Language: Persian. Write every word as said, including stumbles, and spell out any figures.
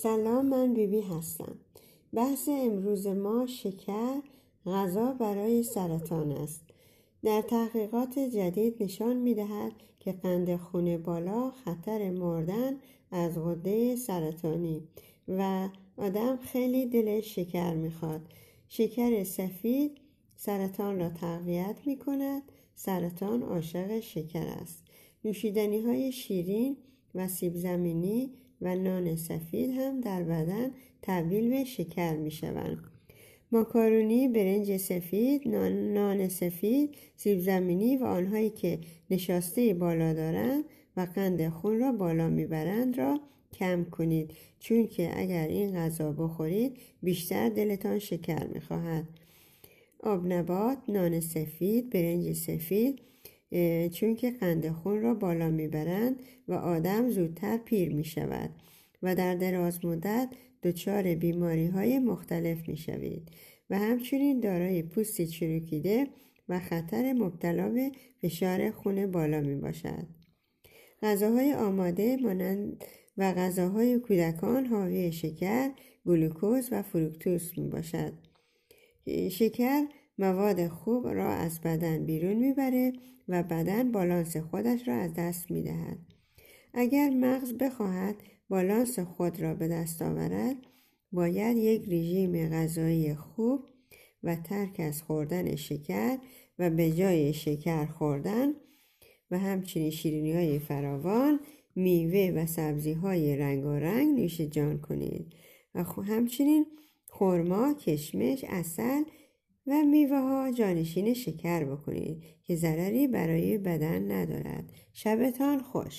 سلام، من بیبی هستم. بحث امروز ما شکر غذا برای سرطان است. در تحقیقات جدید نشان می‌دهد که قند خون بالا خطر مردن از غده سرطانی و آدم خیلی دلش شکر می‌خواد. شکر سفید سرطان را تقویت می‌کند. سرطان عاشق شکر است. نوشیدنی‌های شیرین و سیب زمینی و نان سفید هم در بدن تبدیل به شکر می شوند. ماکارونی، برنج سفید، نان, نان سفید، سیب زمینی و آنهایی که نشاسته بالا دارند و قند خون را بالا می برند را کم کنید، چون که اگر این غذا بخورید بیشتر دلتان شکر می خواهد. آب نبات، نان سفید، برنج سفید، چون که قند خون را بالا میبرند و آدم زودتر پیر می شود و در دراز مدت دچار بیماری های مختلف می شوید و همچنین دارای پوستی چروکیده و خطر مبتلا به فشار خون بالا می باشد. غذاهای آماده مانند و غذاهای کودکان حاوی شکر، گلوکوز و فروکتوز می باشد. شکر مواد خوب را از بدن بیرون میبره و بدن بالانس خودش را از دست میدهد. اگر مغز بخواهد بالانس خود را به دست آورد، باید یک رژیم غذایی خوب و ترک از خوردن شکر و به جای شکر خوردن و همچنین شیرینی های فراوان، میوه و سبزی های رنگارنگ نوش جان کنید و همچنین خرما، کشمش، عسل و میوه ها جانشین شکر بکنید که ضرری برای بدن ندارد. شبتان خوش.